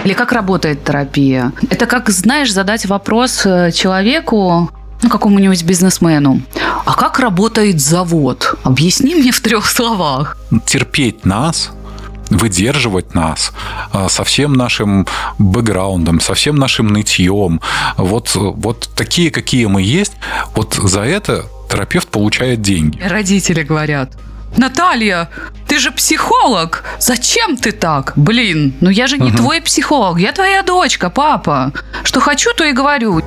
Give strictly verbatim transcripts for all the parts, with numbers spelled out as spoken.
Или как работает терапия? Это как, знаешь, задать вопрос человеку, ну, какому-нибудь бизнесмену. А как работает завод? Объясни мне в трех словах. Терпеть нас, выдерживать нас со всем нашим бэкграундом, со всем нашим нытьем. Вот, вот такие, какие мы есть, вот за это терапевт получает деньги. Родители говорят: Наталья, ты же психолог, зачем ты так? Блин, ну я же не угу. твой психолог, я твоя дочка, папа. Что хочу, то и говорю.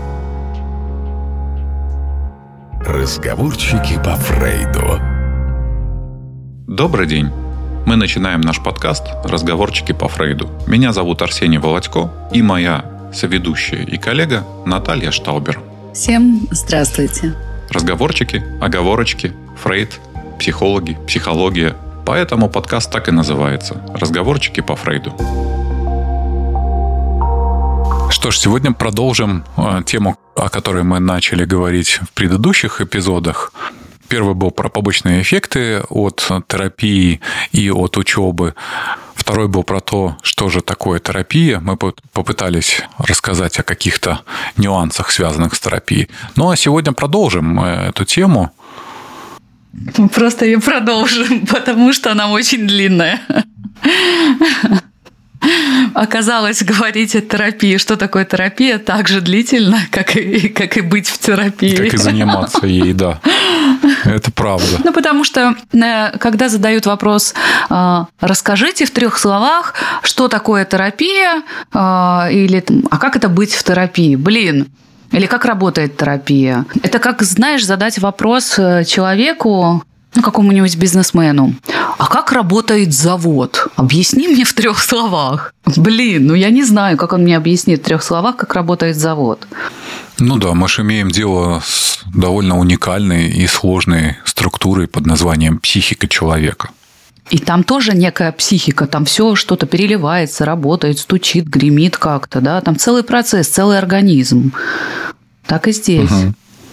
Разговорчики по Фрейду. Добрый день. Мы начинаем наш подкаст «Разговорчики по Фрейду». Меня зовут Арсений Володько и моя соведущая и коллега Наталья Штаубер. Всем здравствуйте. Разговорчики, оговорочки, Фрейд, психологи, психология. Поэтому подкаст так и называется «Разговорчики по Фрейду». Что ж, сегодня продолжим тему, о которой мы начали говорить в предыдущих эпизодах. Первый был про побочные эффекты от терапии и от учебы. Второй был про то, что же такое терапия. Мы попытались рассказать о каких-то нюансах, связанных с терапией. Ну, а сегодня продолжим эту тему. Просто ее продолжим, потому что она очень длинная. Оказалось, говорить о терапии, что такое терапия, так же длительно, как и, как и быть в терапии. Как и заниматься ей, да. Это правда. Ну, потому что, когда задают вопрос, расскажите в трех словах, что такое терапия, или а как это быть в терапии? Блин, или как работает терапия? Это как, знаешь, задать вопрос человеку, ну, какому-нибудь бизнесмену. А как работает завод? Объясни мне в трех словах. Блин, ну я не знаю, как он мне объяснит в трех словах, как работает завод. Ну да, мы же имеем дело с довольно уникальной и сложной структурой под названием психика человека. И там тоже некая психика, там все что-то переливается, работает, стучит, гремит как-то, да, там целый процесс, целый организм. Так и здесь. Угу.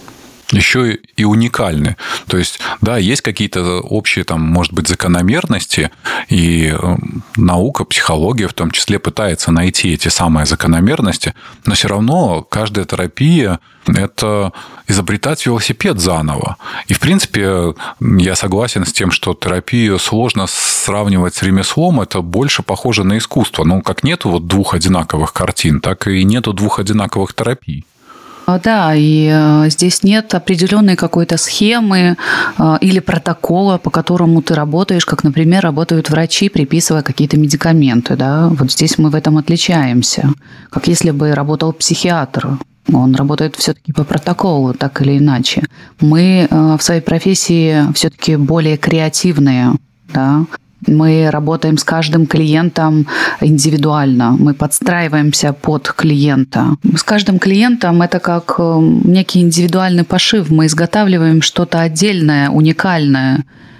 Еще и уникальны. То есть, да, есть какие-то общие, там, может быть, закономерности, и наука, психология в том числе пытается найти эти самые закономерности, но все равно каждая терапия – это изобретать велосипед заново. И, в принципе, я согласен с тем, что терапию сложно сравнивать с ремеслом, это больше похоже на искусство. Ну, как нету вот двух одинаковых картин, так и нету двух одинаковых терапий. Да, и здесь нет определенной какой-то схемы или протокола, по которому ты работаешь, как, например, работают врачи, приписывая какие-то медикаменты. Да? Вот здесь мы в этом отличаемся. Как если бы работал психиатр. Он работает все-таки по протоколу, так или иначе. Мы в своей профессии все-таки более креативные, да? Мы работаем с каждым клиентом индивидуально, мы подстраиваемся под клиента. С каждым клиентом это как некий индивидуальный пошив, мы изготавливаем что-то отдельное, уникальное.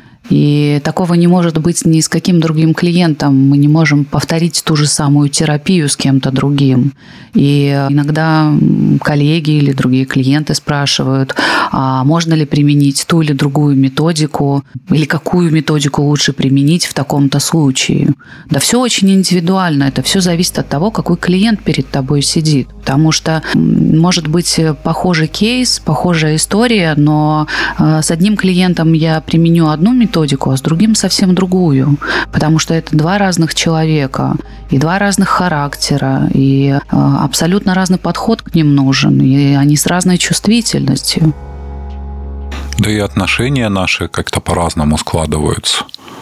И такого не может быть ни с каким другим клиентом. Мы не можем повторить ту же самую терапию с кем-то другим. И иногда коллеги или другие клиенты спрашивают, а можно ли применить ту или другую методику, или какую методику лучше применить в таком-то случае. Да все очень индивидуально. Это все зависит от того, какой клиент перед тобой сидит. Потому что может быть похожий кейс, похожая история, но с одним клиентом я применю одну методику, методику, а с другим совсем другую, потому что это два разных человека и два разных характера, и абсолютно разный подход к ним нужен, и они с разной чувствительностью. Да и отношения наши как-то по-разному складываются.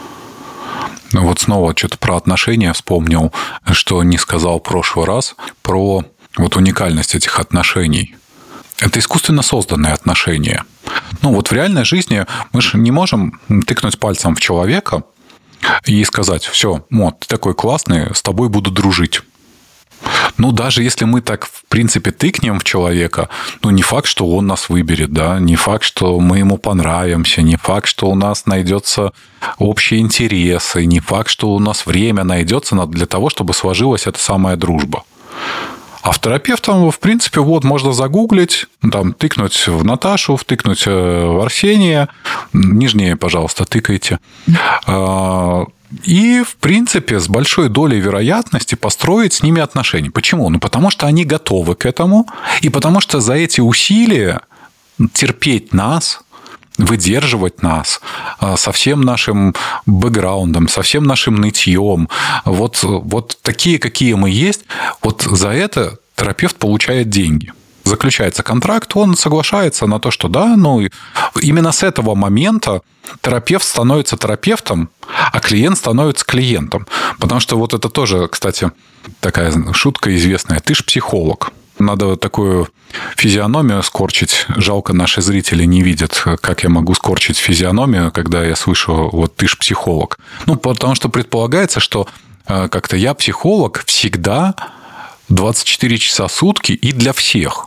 Вот снова что-то про отношения вспомнил, что не сказал в прошлый раз, про вот уникальность этих отношений. Это искусственно созданные отношения. Ну, вот в реальной жизни мы же не можем тыкнуть пальцем в человека и сказать: все, вот, ты такой классный, с тобой буду дружить. Ну, даже если мы так, в принципе, тыкнем в человека, ну, не факт, что он нас выберет, да, не факт, что мы ему понравимся, не факт, что у нас найдется общие интересы, не факт, что у нас время найдется для того, чтобы сложилась эта самая дружба. А в терапевтом, в принципе, вот можно загуглить, там, тыкнуть в Наташу, втыкнуть в Арсения, нижнее, пожалуйста, тыкайте. и, в принципе, с большой долей вероятности построить с ними отношения. Почему? Ну, потому что они готовы к этому, и потому что за эти усилия терпеть нас, выдерживать нас со всем нашим бэкграундом, со всем нашим нытьем, вот, вот такие, какие мы есть, вот за это терапевт получает деньги. Заключается контракт, он соглашается на то, что да, ну, именно с этого момента терапевт становится терапевтом, а клиент становится клиентом. Потому что вот это тоже, кстати, такая шутка известная. Ты ж психолог. Надо такую физиономию скорчить. Жалко, наши зрители не видят, как я могу скорчить физиономию, когда я слышу вот «ты ж психолог». Ну, потому что предполагается, что как-то я психолог всегда двадцать четыре часа в сутки и для всех.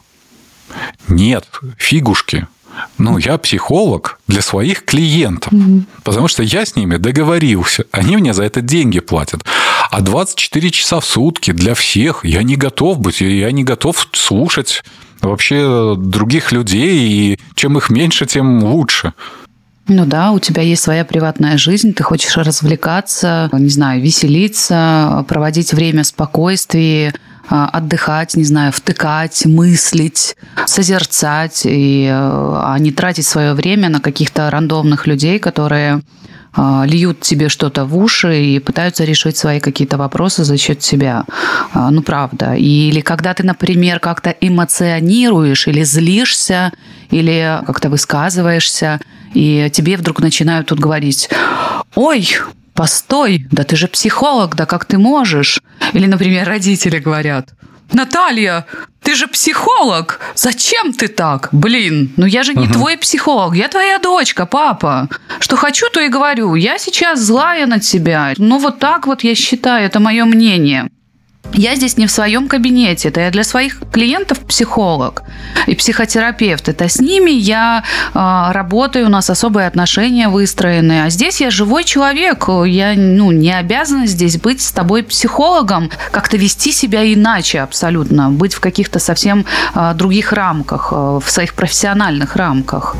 Нет, фигушки. Ну, я психолог для своих клиентов, mm-hmm. потому что я с ними договорился. Они мне за это деньги платят. А двадцать четыре часа в сутки для всех я не готов быть. Я не готов слушать вообще других людей. И чем их меньше, тем лучше. Ну да, у тебя есть своя приватная жизнь, ты хочешь развлекаться, не знаю, веселиться, проводить время в спокойствии, отдыхать, не знаю, втыкать, мыслить, созерцать, и, а не тратить свое время на каких-то рандомных людей, которые льют тебе что-то в уши и пытаются решить свои какие-то вопросы за счет себя. Ну, правда. Или когда ты, например, как-то эмоционируешь или злишься, или как-то высказываешься, и тебе вдруг начинают тут говорить: «Ой, постой, да ты же психолог, да как ты можешь?» Или, например, родители говорят: «Наталья, ты же психолог, зачем ты так? Блин, ну я же не uh-huh. твой психолог, я твоя дочка, папа. Что хочу, то и говорю. Я сейчас злая на тебя. Ну вот так вот я считаю, это мое мнение». Я здесь не в своем кабинете, это я для своих клиентов психолог и психотерапевт. Это с ними я э, работаю, у нас особые отношения выстроены. А здесь я живой человек, я ну, не обязана здесь быть с тобой психологом, как-то вести себя иначе абсолютно, быть в каких-то совсем э, других рамках, э, в своих профессиональных рамках.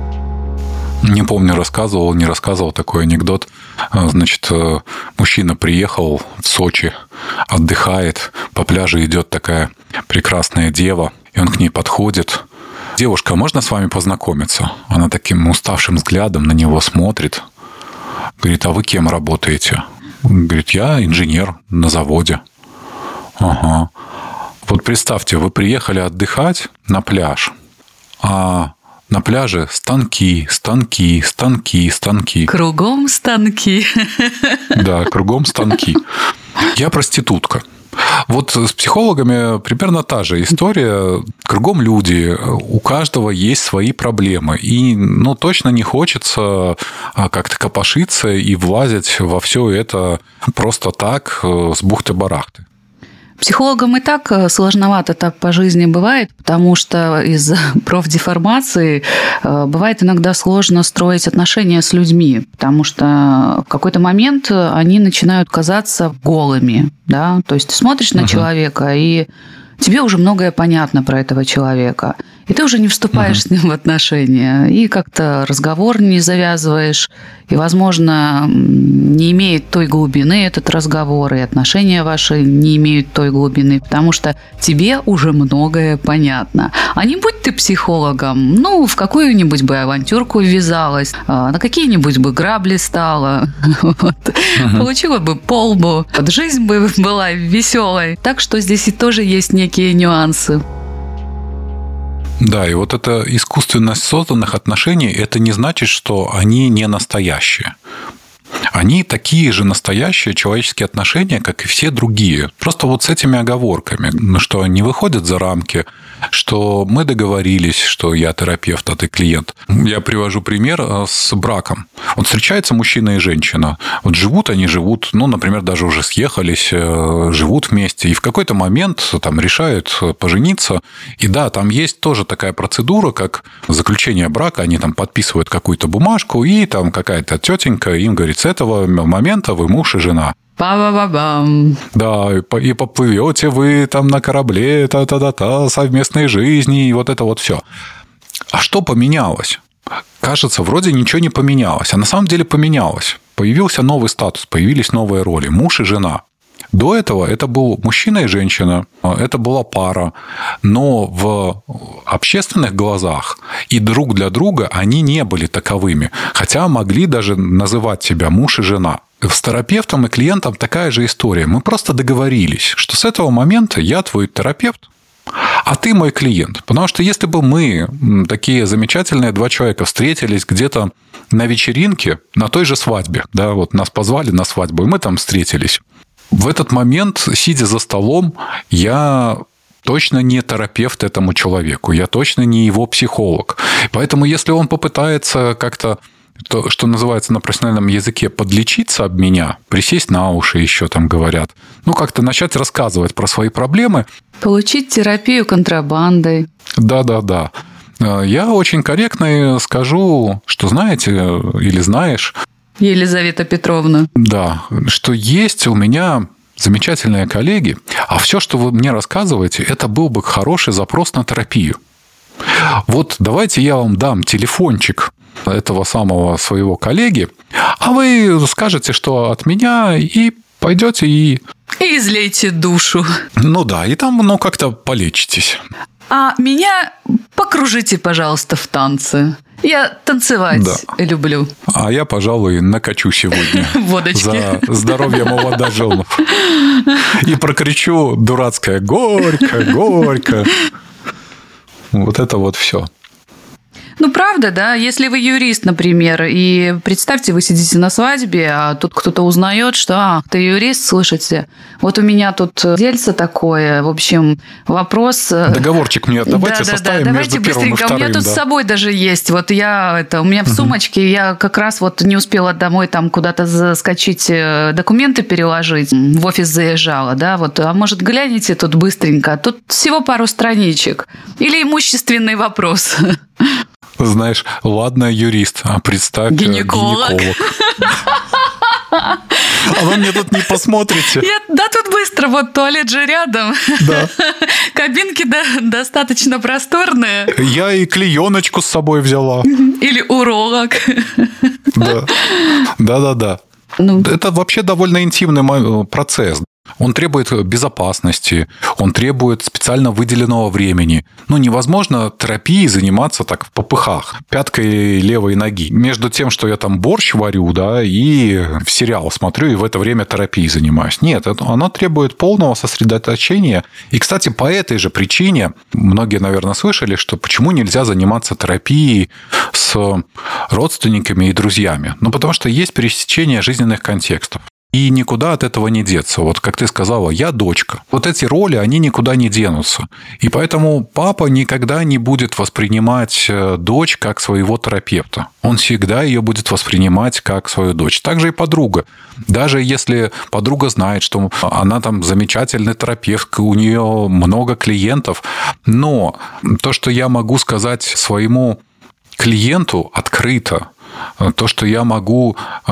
Не помню, рассказывал, не рассказывал такой анекдот. Значит, мужчина приехал в Сочи, отдыхает, по пляжу идет такая прекрасная дева, и он к ней подходит. «Девушка, можно с вами познакомиться?» Она таким уставшим взглядом на него смотрит. Говорит: «А вы кем работаете?» Он говорит: «Я инженер на заводе». «Ага. Вот представьте, вы приехали отдыхать на пляж, а на пляже станки, станки, станки, станки. Кругом станки. Да, кругом станки. Я проститутка». Вот с психологами примерно та же история. Кругом люди, у каждого есть свои проблемы. И ну, точно не хочется как-то копошиться и влазить во все это просто так, с бухты-барахты. Психологам и так сложновато так по жизни бывает, потому что из-за профдеформации бывает иногда сложно строить отношения с людьми, потому что в какой-то момент они начинают казаться голыми, да, то есть ты смотришь на uh-huh. человека, и тебе уже многое понятно про этого человека, и ты уже не вступаешь uh-huh. с ним в отношения, и как-то разговор не завязываешь, и, возможно, не имеет той глубины этот разговор, и отношения ваши не имеют той глубины, потому что тебе уже многое понятно. А не будь ты психологом, ну, в какую-нибудь бы авантюрку ввязалась, на какие-нибудь бы грабли стала, вот, uh-huh. получила бы полбу, вот, жизнь бы была веселой. Так что здесь и тоже есть некие нюансы. Да, и вот это искусственность созданных отношений, это не значит, что они не настоящие. Они такие же настоящие человеческие отношения, как и все другие. Просто вот с этими оговорками, что они выходят за рамки, что мы договорились, что я терапевт, а ты клиент. Я привожу пример с браком. Вот встречается мужчина и женщина. Вот живут они, живут, ну, например, даже уже съехались, живут вместе, и в какой-то момент там решают пожениться. И да, там есть тоже такая процедура, как заключение брака. Они там подписывают какую-то бумажку, и там какая-то тетенька им говорит: с этого момента вы муж и жена. Ба-ба-ба-бам. Да, и поплывете вы там на корабле, та-та-та-та, совместной жизни, и вот это вот все. А что поменялось? Кажется, вроде ничего не поменялось, а на самом деле поменялось. появился новый статус, появились новые роли – муж и жена. До этого это был мужчина и женщина, это была пара, но в общественных глазах и друг для друга они не были таковыми, хотя могли даже называть себя муж и жена. С терапевтом и клиентом такая же история. Мы просто договорились, что с этого момента я твой терапевт, а ты мой клиент. Потому что если бы мы, такие замечательные два человека, встретились где-то на вечеринке, на той же свадьбе, да, вот нас позвали на свадьбу, и мы там встретились, в этот момент, сидя за столом, я точно не терапевт этому человеку, я точно не его психолог. Поэтому, если он попытается как-то, то, что называется на профессиональном языке, подлечиться об меня, присесть на уши, еще там говорят, ну, как-то начать рассказывать про свои проблемы. Получить терапию контрабандой. Да-да-да. Я очень корректно скажу, что знаете или знаешь... Елизавета Петровна. Да, что есть у меня замечательные коллеги, а все, что вы мне рассказываете, это был бы хороший запрос на терапию. Вот давайте я вам дам телефончик этого самого своего коллеги, а вы скажете, что от меня, и пойдете и... И излейте душу. Ну да, и там, ну, как-то полечитесь. А меня покружите, пожалуйста, в танце. Я танцевать да. люблю. А я, пожалуй, накачу сегодня. Водочки. За здоровье молодоженов. И прокричу дурацкое «Горько, горько». Вот это вот все. Ну, правда, да. Если вы юрист, например, и представьте, вы сидите на свадьбе, а тут кто-то узнает, что «Ах, ты юрист, слышите? Вот у меня тут дельце такое». В общем, вопрос... Договорчик мне давайте да, составим да, да. между давайте первым и вторым. У меня тут да. с собой даже есть. Вот я это, у меня в сумочке, я как раз вот не успела домой там куда-то заскочить, документы переложить, в офис заезжала, да, вот, а может, гляните тут быстренько, тут всего пару страничек. Или имущественный вопрос. Знаешь, ладно, юрист, а представь, гинеколог. гинеколог. А вы мне тут не посмотрите. Я, да тут быстро, вот туалет же рядом. Да. Кабинки да, достаточно просторные. Я и клееночку с собой взяла. Или уролог. Да, да-да-да. Ну. Это вообще довольно интимный процесс. Он требует безопасности, он требует специально выделенного времени. Ну, невозможно терапией заниматься так в попыхах, пяткой левой ноги. Между тем, что я там борщ варю, да, и в сериал смотрю, и в это время терапией занимаюсь. Нет, она требует полного сосредоточения. И, кстати, по этой же причине, многие, наверное, слышали, что почему нельзя заниматься терапией с родственниками и друзьями. Ну, потому что есть пересечение жизненных контекстов. И никуда от этого не деться. Вот как ты сказала, я дочка. Вот эти роли, они никуда не денутся. И поэтому папа никогда не будет воспринимать дочь как своего терапевта. Он всегда ее будет воспринимать как свою дочь. Также и подруга. Даже если подруга знает, что она там замечательный терапевт, у нее много клиентов, но то, что я могу сказать своему клиенту открыто, то, что я могу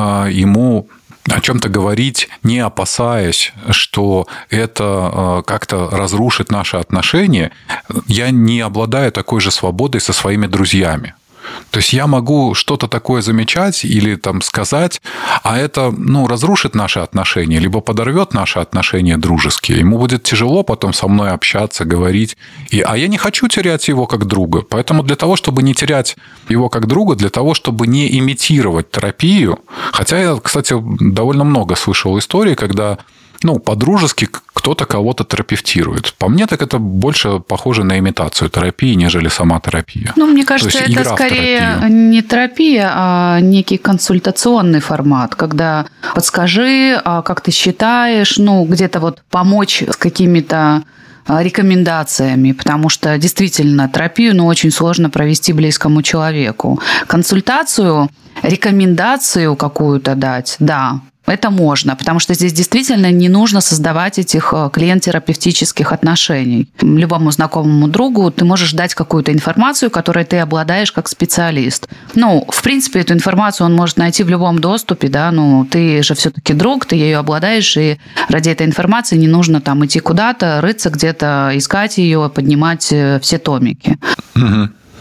ему о чем-то говорить, не опасаясь, что это как-то разрушит наши отношения, я не обладаю такой же свободой со своими друзьями. То есть я могу что-то такое замечать или там сказать, а это ну, разрушит наши отношения, либо подорвет наши отношения дружеские. Ему будет тяжело потом со мной общаться, говорить. И, а я не хочу терять его как друга. Поэтому для того, чтобы не терять его как друга, для того, чтобы не имитировать терапию, хотя я, кстати, довольно много слышал историй, когда ну, по-дружески кто-то кого-то терапевтирует. По мне, так это больше похоже на имитацию терапии, нежели сама терапия. Ну, мне кажется, это скорее не терапия, а некий консультационный формат, когда подскажи, как ты считаешь, ну, где-то вот помочь с какими-то рекомендациями, потому что действительно терапию ну, очень сложно провести близкому человеку. Консультацию, рекомендацию какую-то дать, да, это можно, потому что здесь действительно не нужно создавать этих клиент-терапевтических отношений. Любому знакомому другу ты можешь дать какую-то информацию, которой ты обладаешь как специалист. Ну, в принципе, эту информацию он может найти в любом доступе, да, ну, ты же все-таки друг, ты ею обладаешь, и ради этой информации не нужно там идти куда-то, рыться где-то, искать ее, поднимать все томики. Угу.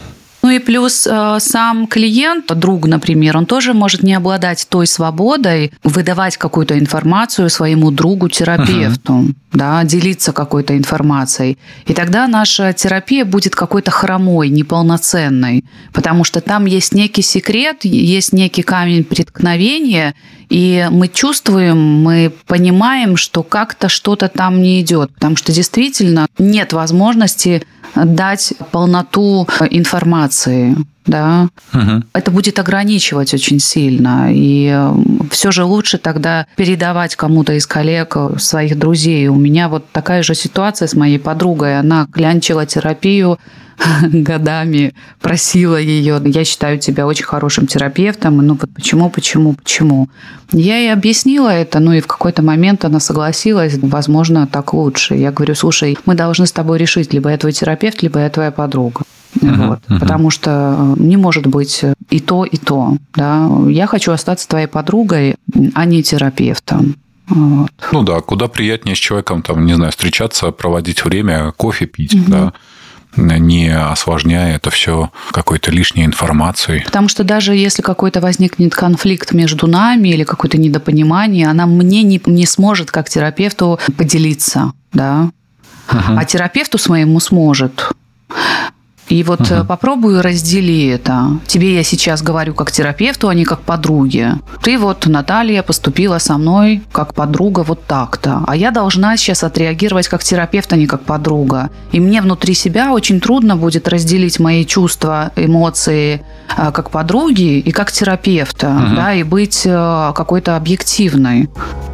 Ну и плюс э, сам клиент, друг, например, он тоже может не обладать той свободой выдавать какую-то информацию своему другу-терапевту, uh-huh. да, делиться какой-то информацией. И тогда наша терапия будет какой-то хромой, неполноценной, потому что там есть некий секрет, есть некий камень преткновения, и мы чувствуем, мы понимаем, что как-то что-то там не идет, потому что действительно нет возможности дать полноту информации, да, угу. Это будет ограничивать очень сильно, и все же лучше тогда передавать кому-то из коллег, своих друзей. У меня вот такая же ситуация с моей подругой, она клянчила терапию годами, просила ее, я считаю тебя очень хорошим терапевтом, ну вот почему, почему, почему. Я ей объяснила это, ну и в какой-то момент она согласилась, возможно, так лучше. Я говорю, слушай, мы должны с тобой решить, либо я твой терапевт, либо я твоя подруга. Uh-huh, вот. uh-huh. Потому что не может быть и то, и то. Да? Я хочу остаться твоей подругой, а не терапевтом. Вот. Ну да, куда приятнее с человеком, там, не знаю, встречаться, проводить время, кофе пить, uh-huh. да, не осложняя это все какой-то лишней информацией. Потому что даже если какой-то возникнет конфликт между нами или какое-то недопонимание, она мне не, не сможет как терапевту поделиться, да, uh-huh. а терапевту своему сможет. И вот uh-huh. попробуй раздели это. Тебе я сейчас говорю как терапевту, а не как подруге. Ты вот, Наталья, поступила со мной как подруга вот так-то. А я должна сейчас отреагировать как терапевт, а не как подруга. И мне внутри себя очень трудно будет разделить мои чувства, эмоции как подруги и как терапевта. Uh-huh. Да, и быть какой-то объективной.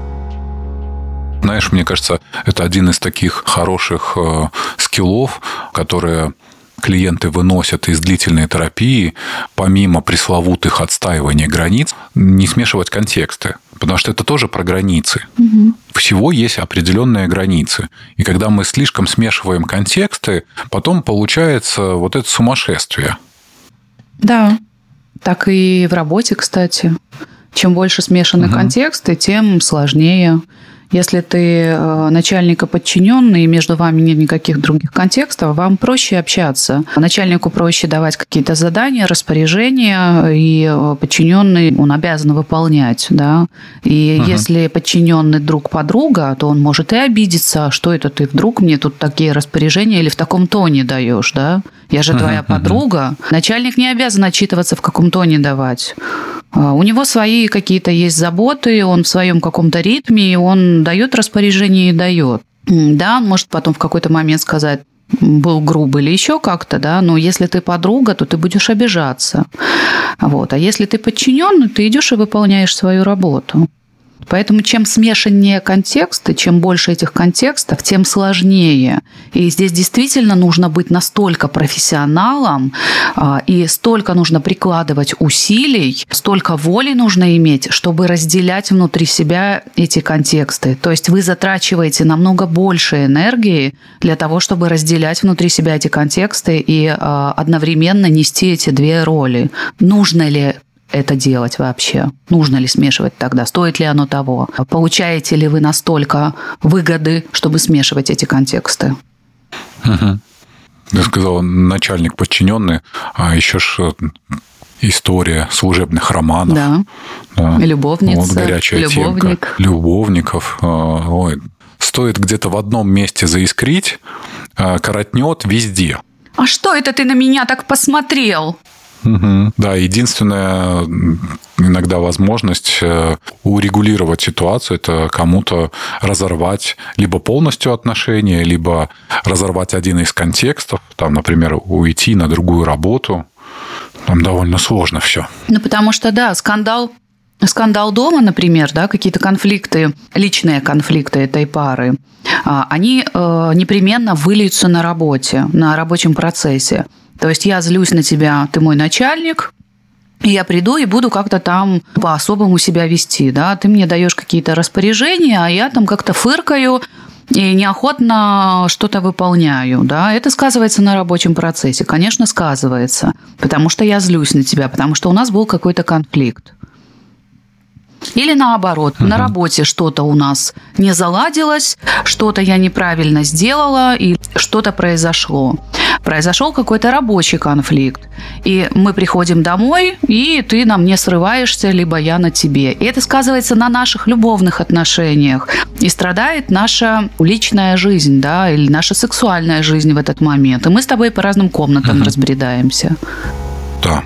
Знаешь, мне кажется, это один из таких хороших скиллов, которые клиенты выносят из длительной терапии, помимо пресловутых отстаивания границ, не смешивать контексты. Потому что это тоже про границы. Угу. Всего есть определенные границы. И когда мы слишком смешиваем контексты, потом получается вот это сумасшествие. Да, так и в работе, кстати. Чем больше смешаны угу. контексты, тем сложнее. Если ты начальник и подчиненный, и между вами нет никаких других контекстов, вам проще общаться. Начальнику проще давать какие-то задания, распоряжения, и подчиненный он обязан выполнять. Да? И uh-huh. если подчиненный друг подруга, то он может и обидеться, что это ты вдруг мне тут такие распоряжения или в таком тоне даешь, да? Я же твоя uh-huh. подруга. Начальник не обязан отчитываться, в каком тоне давать. У него свои какие-то есть заботы, он в своем каком-то ритме, он дает распоряжение и дает. Да, он может потом в какой-то момент сказать, был грубый или еще как-то, да, но если ты подруга, то ты будешь обижаться. Вот. А если ты подчиненный, ты идешь и выполняешь свою работу. Поэтому чем смешаннее контексты, чем больше этих контекстов, тем сложнее. И здесь действительно нужно быть настолько профессионалом, и столько нужно прикладывать усилий, столько воли нужно иметь, чтобы разделять внутри себя эти контексты. То есть вы затрачиваете намного больше энергии для того, чтобы разделять внутри себя эти контексты и одновременно нести эти две роли. Нужно ли это делать вообще? Нужно ли смешивать тогда? Стоит ли оно того? Получаете ли вы настолько выгоды, чтобы смешивать эти контексты? Угу. Я сказал, начальник подчиненный, а еще ж история служебных романов. Да. Да. Любовница, вот горячая любовник. Темка. Любовников. Ой. Стоит где-то в одном месте заискрить, коротнет везде. А что это ты на меня так посмотрел? Угу. Да, единственная иногда возможность урегулировать ситуацию – это кому-то разорвать либо полностью отношения, либо разорвать один из контекстов, там, например, уйти на другую работу. Там довольно сложно все. Ну, потому что, да, скандал Скандал дома, например, да, какие-то конфликты, личные конфликты этой пары, они непременно выльются на работе, на рабочем процессе. То есть я злюсь на тебя, ты мой начальник, и я приду и буду как-то там по-особому себя вести. Да? Ты мне даешь какие-то распоряжения, а я там как-то фыркаю и неохотно что-то выполняю. Да? Это сказывается на рабочем процессе. Конечно, сказывается, потому что я злюсь на тебя, потому что у нас был какой-то конфликт. Или наоборот, угу. на работе что-то у нас не заладилось, что-то я неправильно сделала, и что-то произошло. Произошел какой-то рабочий конфликт. И мы приходим домой, и ты на мне срываешься, либо я на тебе. И это сказывается на наших любовных отношениях. И страдает наша личная жизнь, да, или наша сексуальная жизнь в этот момент. И мы с тобой по разным комнатам угу. разбредаемся. Да.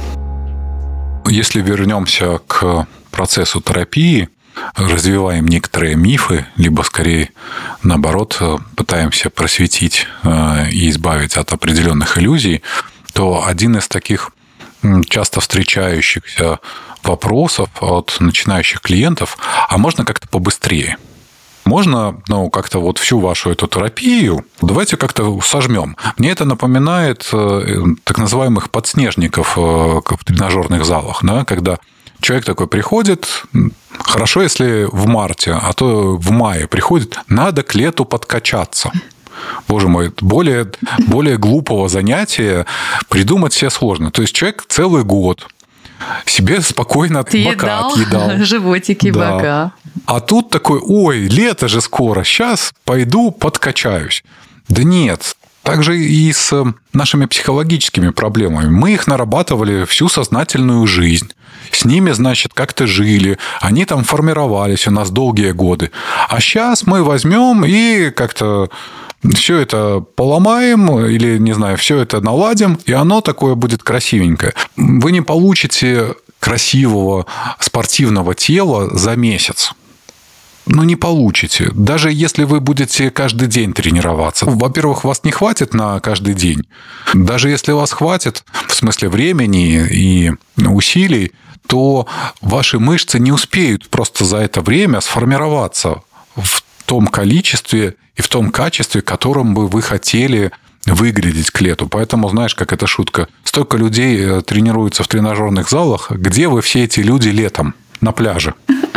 Если вернемся к процессу терапии, развиваем некоторые мифы, либо, скорее, наоборот, пытаемся просветить и избавить от определенных иллюзий, то один из таких часто встречающихся вопросов от начинающих клиентов: а можно как-то побыстрее? Можно, ну, как-то вот всю вашу эту терапию давайте как-то сожмем. Мне это напоминает так называемых подснежников в тренажерных залах, да, когда человек такой приходит, хорошо, если в марте, а то в мае приходит, надо к лету подкачаться. Боже мой, более, более глупого занятия придумать себе сложно. То есть человек целый год себе спокойно Ты бока едал, отъедал. Животики, да. Бока. А тут такой: ой, лето же скоро, сейчас пойду подкачаюсь. Да нет. Также и с нашими психологическими проблемами. Мы их нарабатывали всю сознательную жизнь. С ними, значит, как-то жили. Они там формировались у нас долгие годы. А сейчас мы возьмем и как-то все это поломаем или, не знаю, все это наладим, и оно такое будет красивенькое. Вы не получите красивого спортивного тела за месяц. Ну, не получите. Даже если вы будете каждый день тренироваться. Во-первых, вас не хватит на каждый день. Даже если вас хватит, в смысле времени и усилий, то ваши мышцы не успеют просто за это время сформироваться в том количестве и в том качестве, которым бы вы хотели выглядеть к лету. Поэтому, знаешь, как эта шутка: столько людей тренируются в тренажерных залах, где вы все эти люди летом на пляже?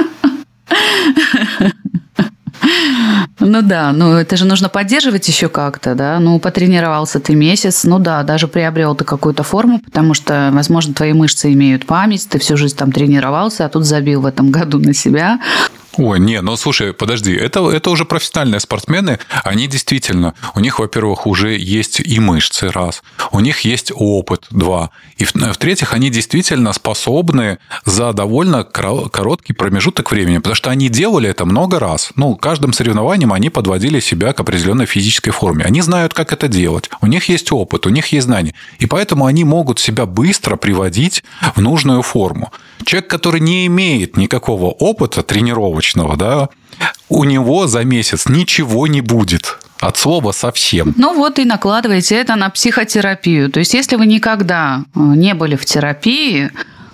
Ну да, ну это же нужно поддерживать еще как-то, да. Ну, потренировался ты месяц, ну да, даже приобрел ты какую-то форму, потому что, возможно, твои мышцы имеют память, ты всю жизнь там тренировался, а тут забил в этом году на себя. Ой, не, ну слушай, подожди, это, это уже профессиональные спортсмены, они действительно, у них, во-первых, уже есть и мышцы, раз, у них есть опыт, два, и в-третьих, они действительно способны за довольно короткий промежуток времени, потому что они делали это много раз, ну, каждым соревнованием они подводили себя к определенной физической форме, они знают, как это делать, у них есть опыт, у них есть знания, и поэтому они могут себя быстро приводить в нужную форму. Человек, который не имеет никакого опыта тренировочного, да, у него за месяц ничего не будет. От слова совсем. Ну вот и накладываете это на психотерапию. То есть, если вы никогда не были в терапии,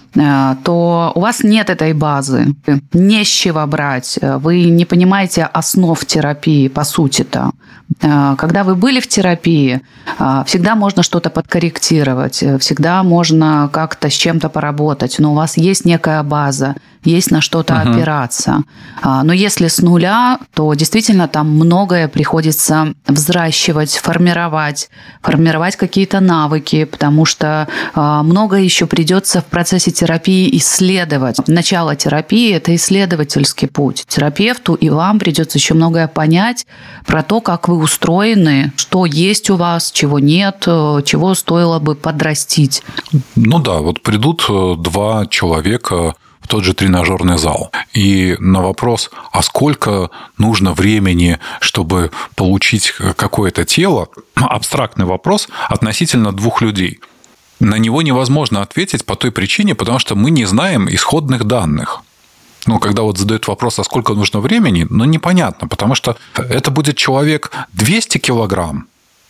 то у вас нет этой базы, не с чего брать, вы не понимаете основ терапии, по сути-то. Когда вы были в терапии, всегда можно что-то подкорректировать, всегда можно как-то с чем-то поработать, но у вас есть некая база, есть на что-то uh-huh. опираться. Но если с нуля, то действительно там многое приходится взращивать, формировать, формировать какие-то навыки, потому что много еще придется в процессе терапии исследовать. Начало терапии – это исследовательский путь. Терапевту и вам придется еще многое понять про то, как вы устроены, что есть у вас, чего нет, чего стоило бы подрастить. Ну да, вот придут два человека в тот же тренажерный зал. И на вопрос, а сколько нужно времени, чтобы получить какое-то тело, абстрактный вопрос относительно двух людей. На него невозможно ответить по той причине, потому что мы не знаем исходных данных. Ну, когда вот задают вопрос, а сколько нужно времени, ну, непонятно, потому что это будет человек двести килограмм,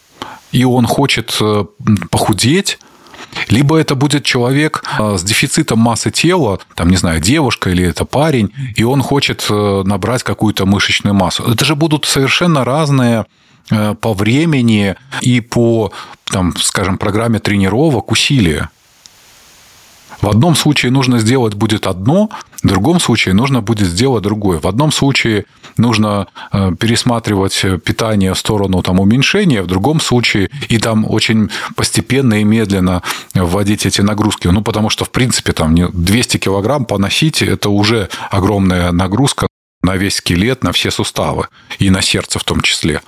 и он хочет похудеть, либо это будет человек с дефицитом массы тела, там, не знаю, девушка или это парень, и он хочет набрать какую-то мышечную массу. Это же будут совершенно разные по времени и по, там, скажем, программе тренировок усилия. В одном случае нужно сделать будет одно, в другом случае нужно будет сделать другое. В одном случае нужно пересматривать питание в сторону там, уменьшения, в другом случае и там очень постепенно и медленно вводить эти нагрузки. Ну, потому что, в принципе, там двести килограмм поносить – это уже огромная нагрузка на весь скелет, на все суставы и на сердце в том числе.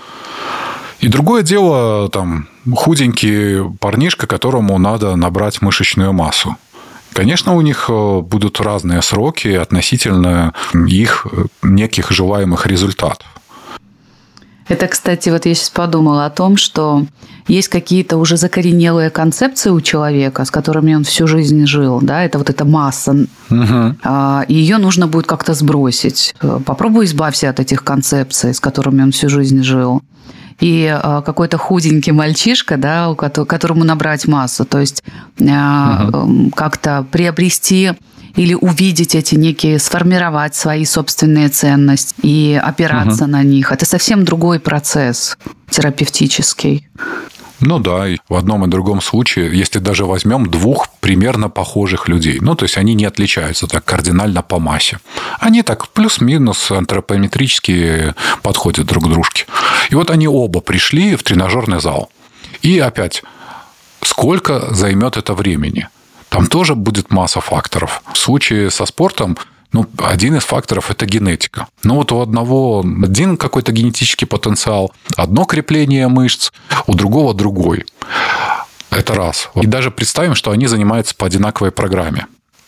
И другое дело, там, худенький парнишка, которому надо набрать мышечную массу. Конечно, у них будут разные сроки относительно их неких желаемых результатов. Это, кстати, вот я сейчас подумала о том, что есть какие-то уже закоренелые концепции у человека, с которыми он всю жизнь жил, да, это вот эта масса, угу. И ее нужно будет как-то сбросить. Попробуй избавься от этих концепций, с которыми он всю жизнь жил. И какой-то худенький мальчишка, да, которому набрать массу, то есть угу. как-то приобрести или увидеть эти некие, сформировать свои собственные ценности и опираться угу. на них. Это совсем другой процесс терапевтический. Ну да, и в одном и другом случае, если даже возьмем двух примерно похожих людей, ну то есть они не отличаются так кардинально по массе, они так плюс-минус антропометрически подходят друг к дружке. И вот они оба пришли в тренажерный зал. И опять, сколько займет это времени? Там тоже будет масса факторов. В случае со спортом, ну, один из факторов – это генетика. Ну, вот у одного один какой-то генетический потенциал, одно крепление мышц, у другого другой. Это раз. И даже представим, что они занимаются по одинаковой программе.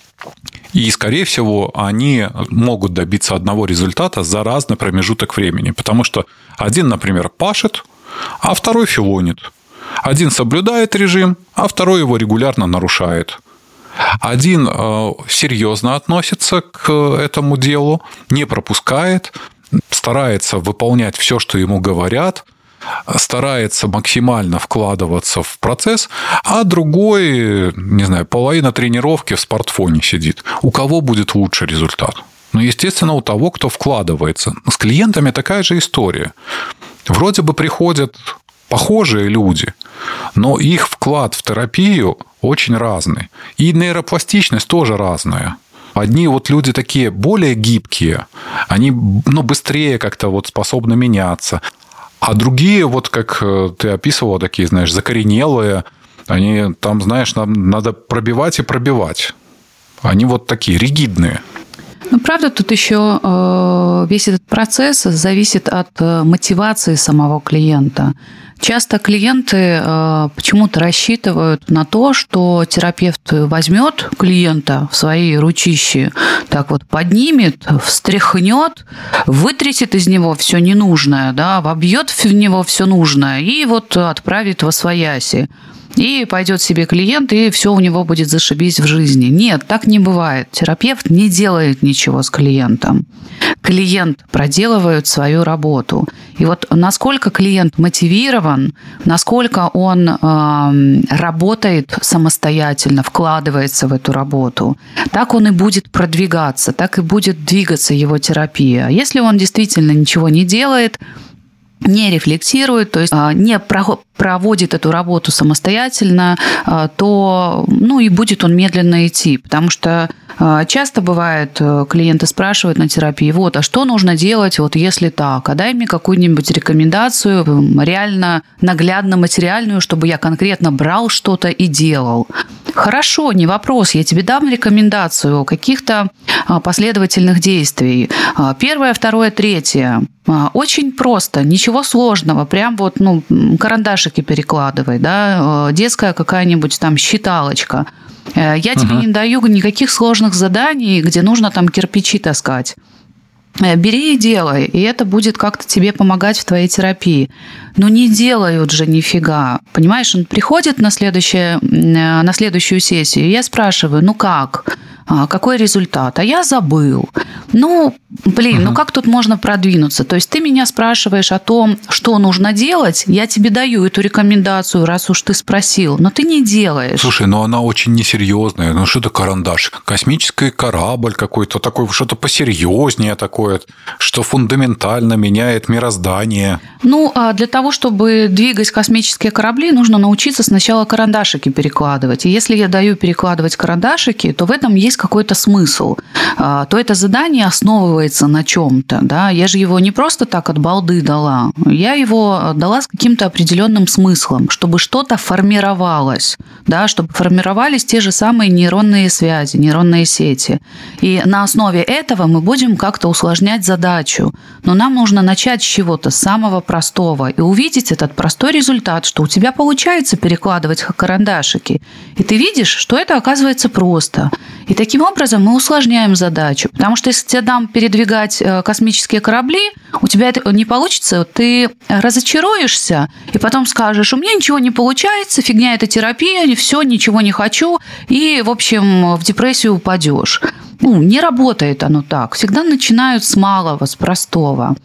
И, скорее всего, они могут добиться одного результата за разный промежуток времени. Потому что один, например, пашет, а второй филонит. Один соблюдает режим, а второй его регулярно нарушает. Один серьезно относится к этому делу, не пропускает, старается выполнять все, что ему говорят, старается максимально вкладываться в процесс, а другой, не знаю, половина тренировки в смартфоне сидит. У кого будет лучший результат? Ну, естественно, у того, кто вкладывается. С клиентами такая же история. Вроде бы приходят похожие люди, но их вклад в терапию очень разный. И нейропластичность тоже разная. Одни вот люди такие более гибкие, они ну, быстрее как-то вот способны меняться. А другие, вот как ты описывала, такие, знаешь, закоренелые, они там, знаешь, нам надо пробивать и пробивать. Они вот такие ригидные. Ну, правда, тут еще весь этот процесс зависит от мотивации самого клиента. Часто клиенты почему-то рассчитывают на то, что терапевт возьмет клиента в свои ручищи, так вот поднимет, встряхнет, вытрясет из него все ненужное, да, вобьет в него все нужное и вот отправит восвояси. И пойдет себе клиент, и все у него будет зашибись в жизни. Нет, так не бывает. Терапевт не делает ничего с клиентом. Клиент проделывает свою работу. И вот насколько клиент мотивирован, насколько он э, работает самостоятельно, вкладывается в эту работу, так он и будет продвигаться, так и будет двигаться его терапия. Если он действительно ничего не делает, не рефлексирует, то есть не проводит эту работу самостоятельно, то ну, и будет он медленно идти. Потому что часто бывает, клиенты спрашивают на терапии, вот, а что нужно делать, вот если так? А дай мне какую-нибудь рекомендацию, реально наглядно материальную, чтобы я конкретно брал что-то и делал. Хорошо, не вопрос, я тебе дам рекомендацию каких-то последовательных действий. Первое, второе, третье. Очень просто, ничего сложного, прям вот, ну, карандашики перекладывай, да, детская какая-нибудь там считалочка. Я тебе uh-huh. не даю никаких сложных заданий, где нужно там кирпичи таскать. Бери и делай, и это будет как-то тебе помогать в твоей терапии. Но не делают же нифига. Понимаешь, он приходит на, следующее, на следующую сессию, и я спрашиваю, ну как? Какой результат? А я забыл. Ну, блин, угу. ну как тут можно продвинуться? То есть ты меня спрашиваешь о том, что нужно делать, я тебе даю эту рекомендацию, раз уж ты спросил, но ты не делаешь. Слушай, ну она очень несерьезная. Ну что это карандаш? Космический корабль какой-то, такой, что-то посерьезнее такое, что фундаментально меняет мироздание. Ну, для того, чтобы двигать космические корабли, нужно научиться сначала карандашики перекладывать. И если я даю перекладывать карандашики, то в этом есть какой-то смысл. То это задание основывается на чем-то. Да? Я же его не просто так от балды дала. Я его дала с каким-то определенным смыслом, чтобы что-то формировалось, да? Чтобы формировались те же самые нейронные связи, нейронные сети. И на основе этого мы будем как-то усложнять задачу. Но нам нужно начать с чего-то, с самого простого, и увидеть этот простой результат, что у тебя получается перекладывать карандашики. И ты видишь, что это оказывается просто. И таким образом мы усложняем задачу. Потому что если тебе дам передвигать космические корабли, у тебя это не получится, ты разочаруешься, и потом скажешь, у меня ничего не получается, фигня это терапия, все, ничего не хочу, и, в общем, в депрессию упадешь. Ну, не работает оно так. Всегда начинают с малого, с простого.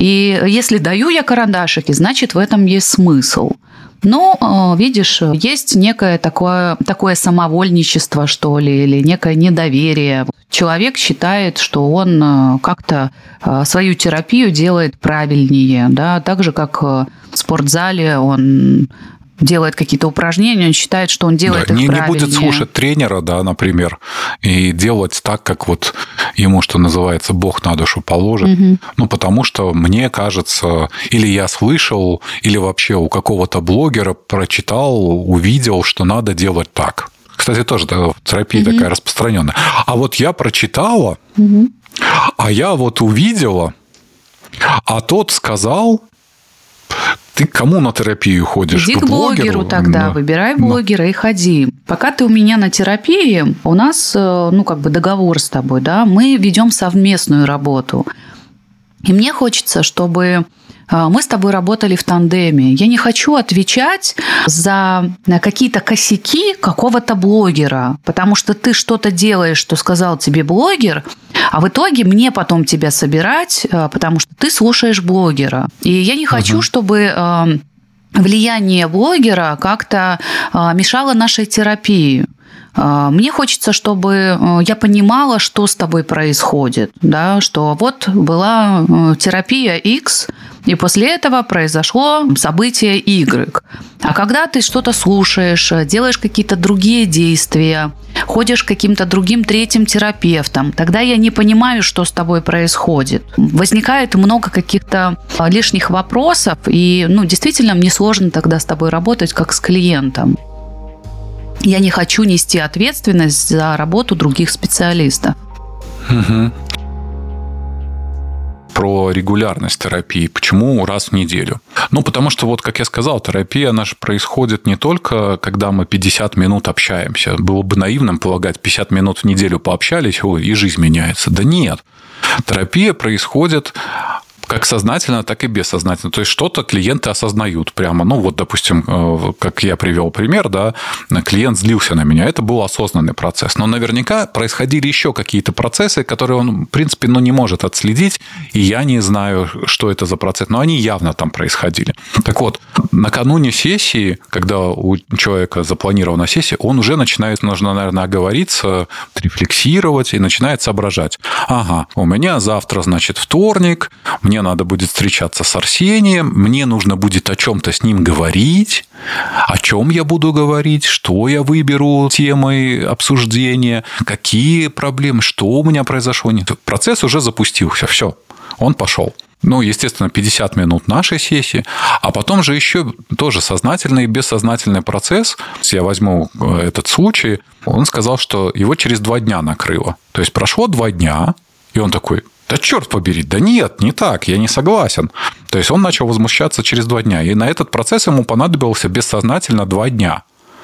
И если даю я карандашики, значит, в этом есть смысл. Но, видишь, есть некое такое, такое самовольничество, что ли, или некое недоверие. Человек считает, что он как-то свою терапию делает правильнее, да, так же, как в спортзале он делает какие-то упражнения, он считает, что он делает да, их не, правильнее. Не будет слушать тренера, да, например, и делать так, как вот ему, что называется, Бог на душу положит. Угу. Ну, потому что мне кажется, или я слышал, или вообще у какого-то блогера прочитал, увидел, что надо делать так. Кстати, тоже да, терапия угу. такая распространенная. А вот я прочитала, угу. а я вот увидела, а тот сказал... Ты к кому на терапию ходишь? Иди к, к блогеру тогда, да. Выбирай блогера да. и ходи. Пока ты у меня на терапии, у нас, ну, как бы договор с тобой, да, мы ведем совместную работу. И мне хочется, чтобы мы с тобой работали в тандеме. Я не хочу отвечать за какие-то косяки какого-то блогера, потому что ты что-то делаешь, что сказал тебе блогер, а в итоге мне потом тебя собирать, потому что ты слушаешь блогера. И я не хочу, угу. чтобы влияние блогера как-то мешало нашей терапии. Мне хочется, чтобы я понимала, что с тобой происходит, да, что вот была терапия X, и после этого произошло событие Y. А когда ты что-то слушаешь, делаешь какие-то другие действия, ходишь к каким-то другим третьим терапевтам, тогда я не понимаю, что с тобой происходит. Возникает много каких-то лишних вопросов, и ну, действительно мне сложно тогда с тобой работать как с клиентом. Я не хочу нести ответственность за работу других специалистов. Угу. Про регулярность терапии. Почему раз в неделю? Ну, потому что, вот, как я сказал, терапия наша происходит не только, когда мы пятьдесят минут общаемся. Было бы наивным полагать, пятьдесят минут в неделю пообщались, и жизнь меняется. Да нет. Терапия происходит как сознательно, так и бессознательно. То есть, что-то клиенты осознают прямо. Ну, вот, допустим, как я привел пример, да, клиент злился на меня. Это был осознанный процесс. Но наверняка происходили еще какие-то процессы, которые он, в принципе, ну, не может отследить, и я не знаю, что это за процесс, но они явно там происходили. Так вот, накануне сессии, когда у человека запланирована сессия, он уже начинает, нужно, наверное, оговориться, рефлексировать и начинает соображать. Ага, у меня завтра, значит, вторник, мне надо будет встречаться с Арсением, мне нужно будет о чем-то с ним говорить, о чем я буду говорить, что я выберу темой обсуждения, какие проблемы, что у меня произошло. Процесс уже запустился, все, он пошел. Ну, естественно, пятьдесят минут нашей сессии, а потом же еще тоже сознательный и бессознательный процесс. Если я возьму этот случай, он сказал, что его через два дня накрыло. То есть прошло два дня, и он такой: да черт побери, да нет, не так, я не согласен. То есть он начал возмущаться через два дня. И на этот процесс ему понадобился бессознательно два дня.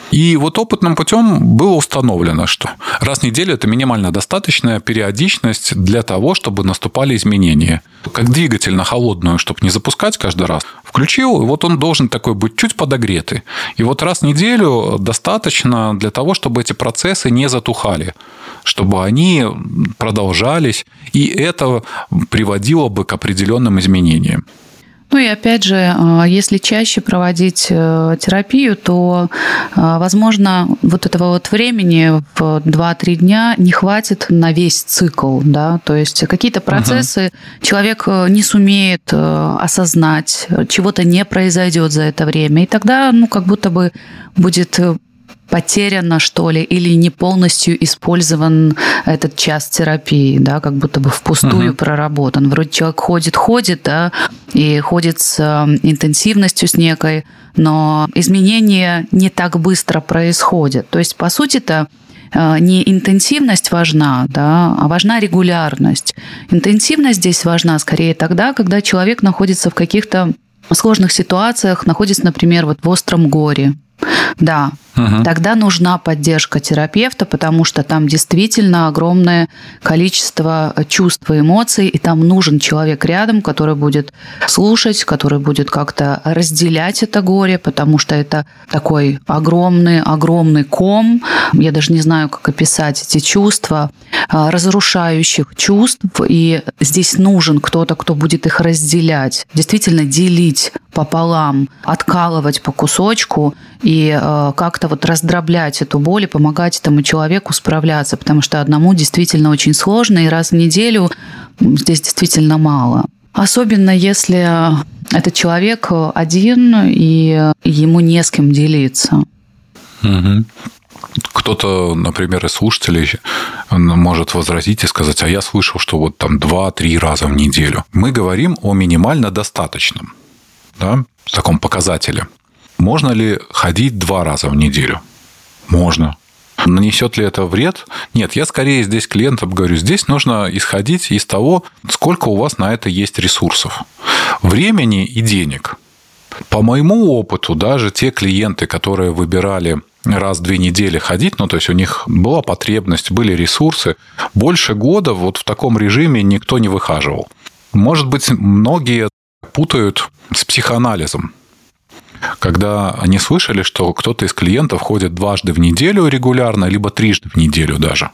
И вот опытным путем было установлено, что раз в неделю – это минимально достаточная периодичность для того, чтобы наступали изменения. Как двигатель на холодную, чтобы не запускать каждый раз, включил, и вот он должен такой быть чуть подогретый. И вот раз в неделю достаточно для того, чтобы эти процессы не затухали, чтобы они продолжались, и это приводило бы к определенным изменениям. Ну и опять же, если чаще проводить терапию, то, возможно, вот этого вот времени в два-три дня не хватит на весь цикл, да, то есть какие-то процессы uh-huh. человек не сумеет осознать, чего-то не произойдет за это время, и тогда, ну, как будто бы будет потеряно, что ли, или не полностью использован этот час терапии, да, как будто бы впустую uh-huh. проработан. Вроде человек ходит, ходит, да, и ходит с интенсивностью с некой, но изменения не так быстро происходят. То есть, по сути-то, не интенсивность важна, да, а важна регулярность. Интенсивность здесь важна скорее тогда, когда человек находится в каких-то сложных ситуациях, находится, например, вот в остром горе. Да, угу. тогда нужна поддержка терапевта, потому что там действительно огромное количество чувств и эмоций, и там нужен человек рядом, который будет слушать, который будет как-то разделять это горе, потому что это такой огромный-огромный ком, я даже не знаю, как описать эти чувства, разрушающих чувств, и здесь нужен кто-то, кто будет их разделять, действительно делить пополам, откалывать по кусочку и э, как-то вот раздроблять эту боль и помогать этому человеку справляться, потому что одному действительно очень сложно, и раз в неделю здесь действительно мало. Особенно если этот человек один, и ему не с кем делиться. Угу. Кто-то, например, из слушателей может возразить и сказать, а я слышал, что вот там два-три раза в неделю. Мы говорим о минимально достаточном. Да, в таком показателе. Можно ли ходить два раза в неделю? Можно. Нанесет ли это вред? Нет, я скорее здесь клиентам говорю, здесь нужно исходить из того, сколько у вас на это есть ресурсов. Времени и денег. По моему опыту, даже те клиенты, которые выбирали раз в две недели ходить, ну, то есть у них была потребность, были ресурсы, больше года вот в таком режиме никто не выхаживал. Может быть, многие путают с психоанализом, когда они слышали, что кто-то из клиентов ходит дважды в неделю регулярно, либо трижды в неделю даже.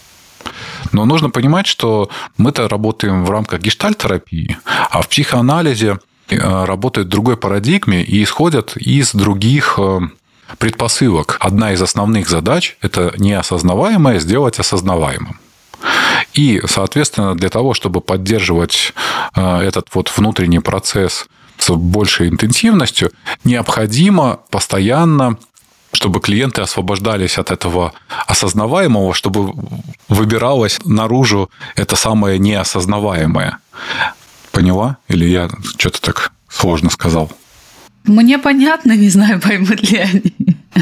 Но нужно понимать, что мы-то работаем в рамках гештальт-терапии, а в психоанализе работают в другой парадигме и исходят из других предпосылок. Одна из основных задач – это неосознаваемое сделать осознаваемым. И, соответственно, для того, чтобы поддерживать этот вот внутренний процесс с большей интенсивностью, необходимо постоянно, чтобы клиенты освобождались от этого осознаваемого, чтобы выбиралось наружу это самое неосознаваемое. Поняла? Или я что-то так сложно сказал? Мне понятно, не знаю, поймут ли они.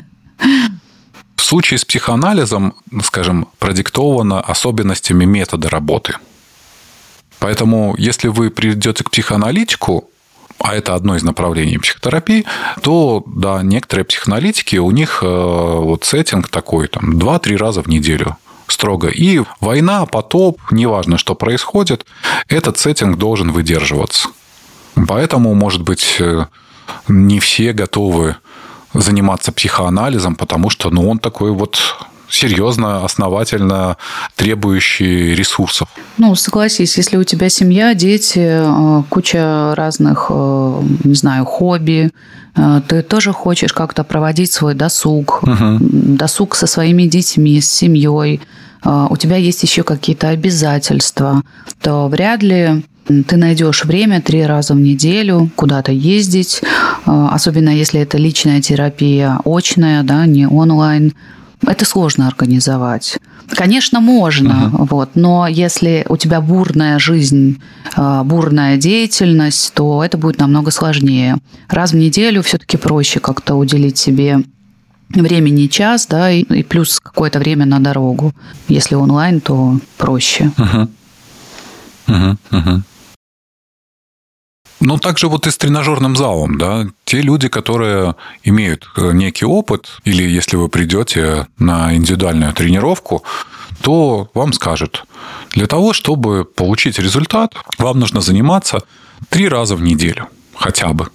В случае с психоанализом, скажем, продиктовано особенностями метода работы. Поэтому, если вы придете к психоаналитику, а это одно из направлений психотерапии, то, да, некоторые психоаналитики, у них вот сеттинг такой, там, два-три раза в неделю строго. И война, потоп, неважно, что происходит, этот сеттинг должен выдерживаться. Поэтому, может быть, не все готовы заниматься психоанализом, потому что, ну, он такой вот серьезно, основательно требующий ресурсов. Ну, согласись, если у тебя семья, дети, куча разных, не знаю, хобби, ты тоже хочешь как-то проводить свой досуг, угу. досуг со своими детьми, с семьей, у тебя есть еще какие-то обязательства, то вряд ли ты найдешь время три раза в неделю куда-то ездить, особенно если это личная терапия, очная, да, не онлайн. Это сложно организовать. Конечно, можно, угу. вот, но если у тебя бурная жизнь, бурная деятельность, то это будет намного сложнее. Раз в неделю все-таки проще как-то уделить себе времени час, да, и, и плюс какое-то время на дорогу. Если онлайн, то проще. Угу. Угу. Угу. Ну, также вот и с тренажерным залом, да, те люди, которые имеют некий опыт, или если вы придете на индивидуальную тренировку, то вам скажут, для того, чтобы получить результат, вам нужно заниматься три раза в неделю хотя бы.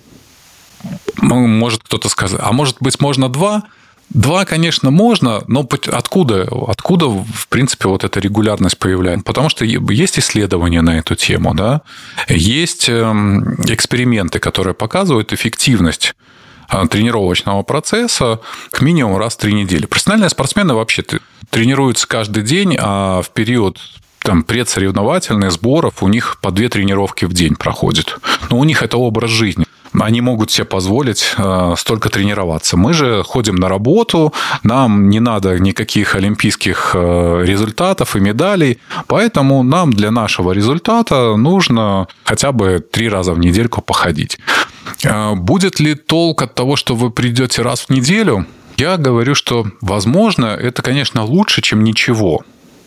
Может кто-то сказать, а может быть, можно два? Два, конечно, можно, но откуда, откуда, в принципе, вот эта регулярность появляется? Потому что есть исследования на эту тему, да? Есть эксперименты, которые показывают эффективность тренировочного процесса к минимум раз в три недели. Профессиональные спортсмены вообще тренируются каждый день, а в период там, предсоревновательных сборов у них по две тренировки в день проходит. Но у них это образ жизни. Они могут себе позволить э, столько тренироваться. Мы же ходим на работу, нам не надо никаких олимпийских э, результатов и медалей, поэтому нам для нашего результата нужно хотя бы три раза в недельку походить. Э, будет ли толк от того, что вы придете раз в неделю? Я говорю, что, возможно, это, конечно, лучше, чем ничего.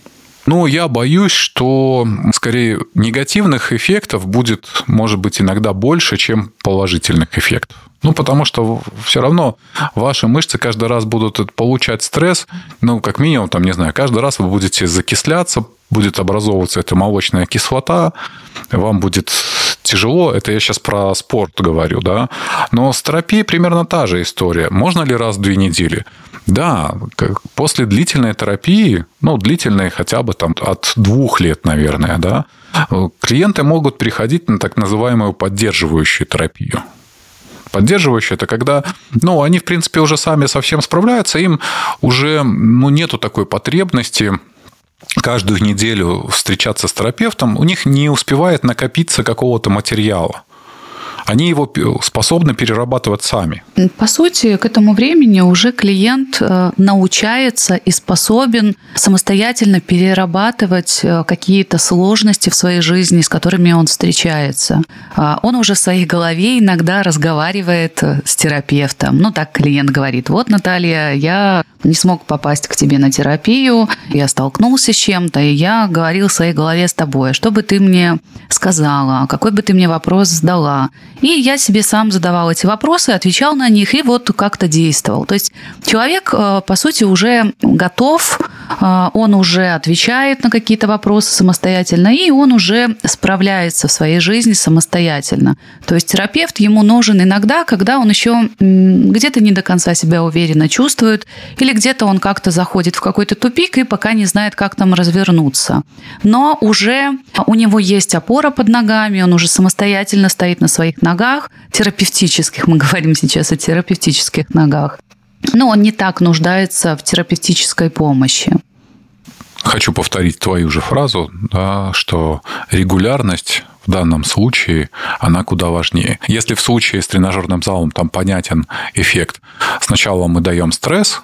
Но я боюсь, что, скорее, негативных эффектов будет, может быть, иногда больше, чем положительных эффектов. Ну, потому что все равно ваши мышцы каждый раз будут получать стресс. Ну, как минимум, там, не знаю, каждый раз вы будете закисляться, будет образовываться эта молочная кислота, вам будет тяжело. Это я сейчас про спорт говорю, да. Но с терапией примерно та же история. Можно ли раз в две недели? Да, после длительной терапии, ну, длительной хотя бы там от двух лет, наверное, да, клиенты могут переходить на так называемую поддерживающую терапию. Поддерживающая – это когда, ну, они, в принципе, уже сами совсем справляются, им уже, ну, нету такой потребности каждую неделю встречаться с терапевтом, у них не успевает накопиться какого-то материала. Они его способны перерабатывать сами. По сути, к этому времени уже клиент научается и способен самостоятельно перерабатывать какие-то сложности в своей жизни, с которыми он встречается. Он уже в своей голове иногда разговаривает с терапевтом. Ну, так клиент говорит: вот, Наталья, я не смог попасть к тебе на терапию, я столкнулся с чем-то, и я говорил в своей голове с тобой, что бы ты мне сказала, какой бы ты мне вопрос задала. И я себе сам задавал эти вопросы, отвечал на них и вот как-то действовал. То есть человек, по сути, уже готов, он уже отвечает на какие-то вопросы самостоятельно, и он уже справляется в своей жизни самостоятельно. То есть терапевт ему нужен иногда, когда он еще где-то не до конца себя уверенно чувствует, или где-то он как-то заходит в какой-то тупик и пока не знает, как там развернуться. Но уже у него есть опора под ногами, он уже самостоятельно стоит на своих ногах, терапевтических, мы говорим сейчас о терапевтических ногах, но он не так нуждается в терапевтической помощи. Хочу повторить твою же фразу, да, что регулярность в данном случае, она куда важнее. Если в случае с тренажерным залом там понятен эффект, сначала мы даем стресс,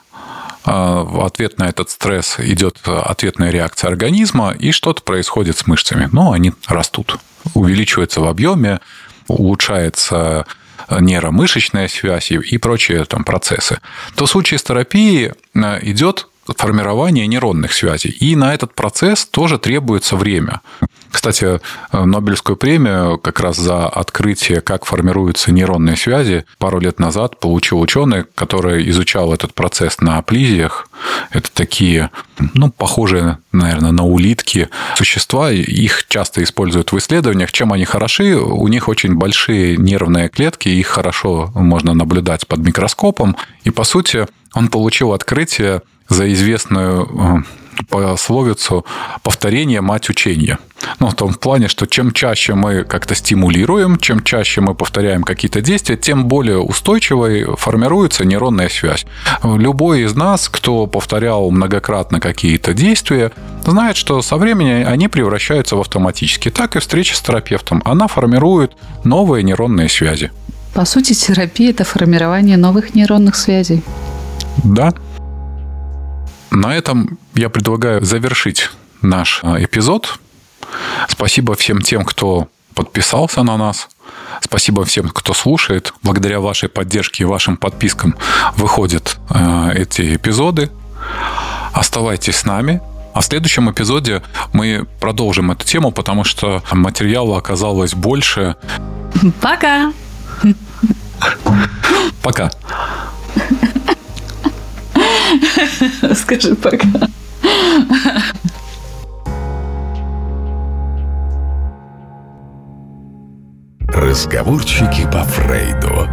в ответ на этот стресс идет ответная реакция организма, и что-то происходит с мышцами. Ну, они растут, увеличиваются в объеме, улучшается нейромышечная связь и прочие там процессы. То в случае с терапией идет формирование нейронных связей. И на этот процесс тоже требуется время. Кстати, Нобелевскую премию как раз за открытие, как формируются нейронные связи, пару лет назад получил ученый, который изучал этот процесс на аплизиях. Это такие, ну, похожие, наверное, на улитки существа. Их часто используют в исследованиях. Чем они хороши? У них очень большие нервные клетки, их хорошо можно наблюдать под микроскопом. И, по сути, он получил открытие за известную пословицу «повторение – мать учения». Ну, в том плане, что чем чаще мы как-то стимулируем, чем чаще мы повторяем какие-то действия, тем более устойчивой формируется нейронная связь. Любой из нас, кто повторял многократно какие-то действия, знает, что со временем они превращаются в автоматические. Так и встреча с терапевтом. Она формирует новые нейронные связи. По сути, терапия – это формирование новых нейронных связей. Да. На этом я предлагаю завершить наш эпизод. Спасибо всем тем, кто подписался на нас. Спасибо всем, кто слушает. Благодаря вашей поддержке и вашим подпискам выходят эти эпизоды. Оставайтесь с нами. А в следующем эпизоде мы продолжим эту тему, потому что материала оказалось больше. Пока. Пока. Скажи пока. Разговорчики по Фрейду.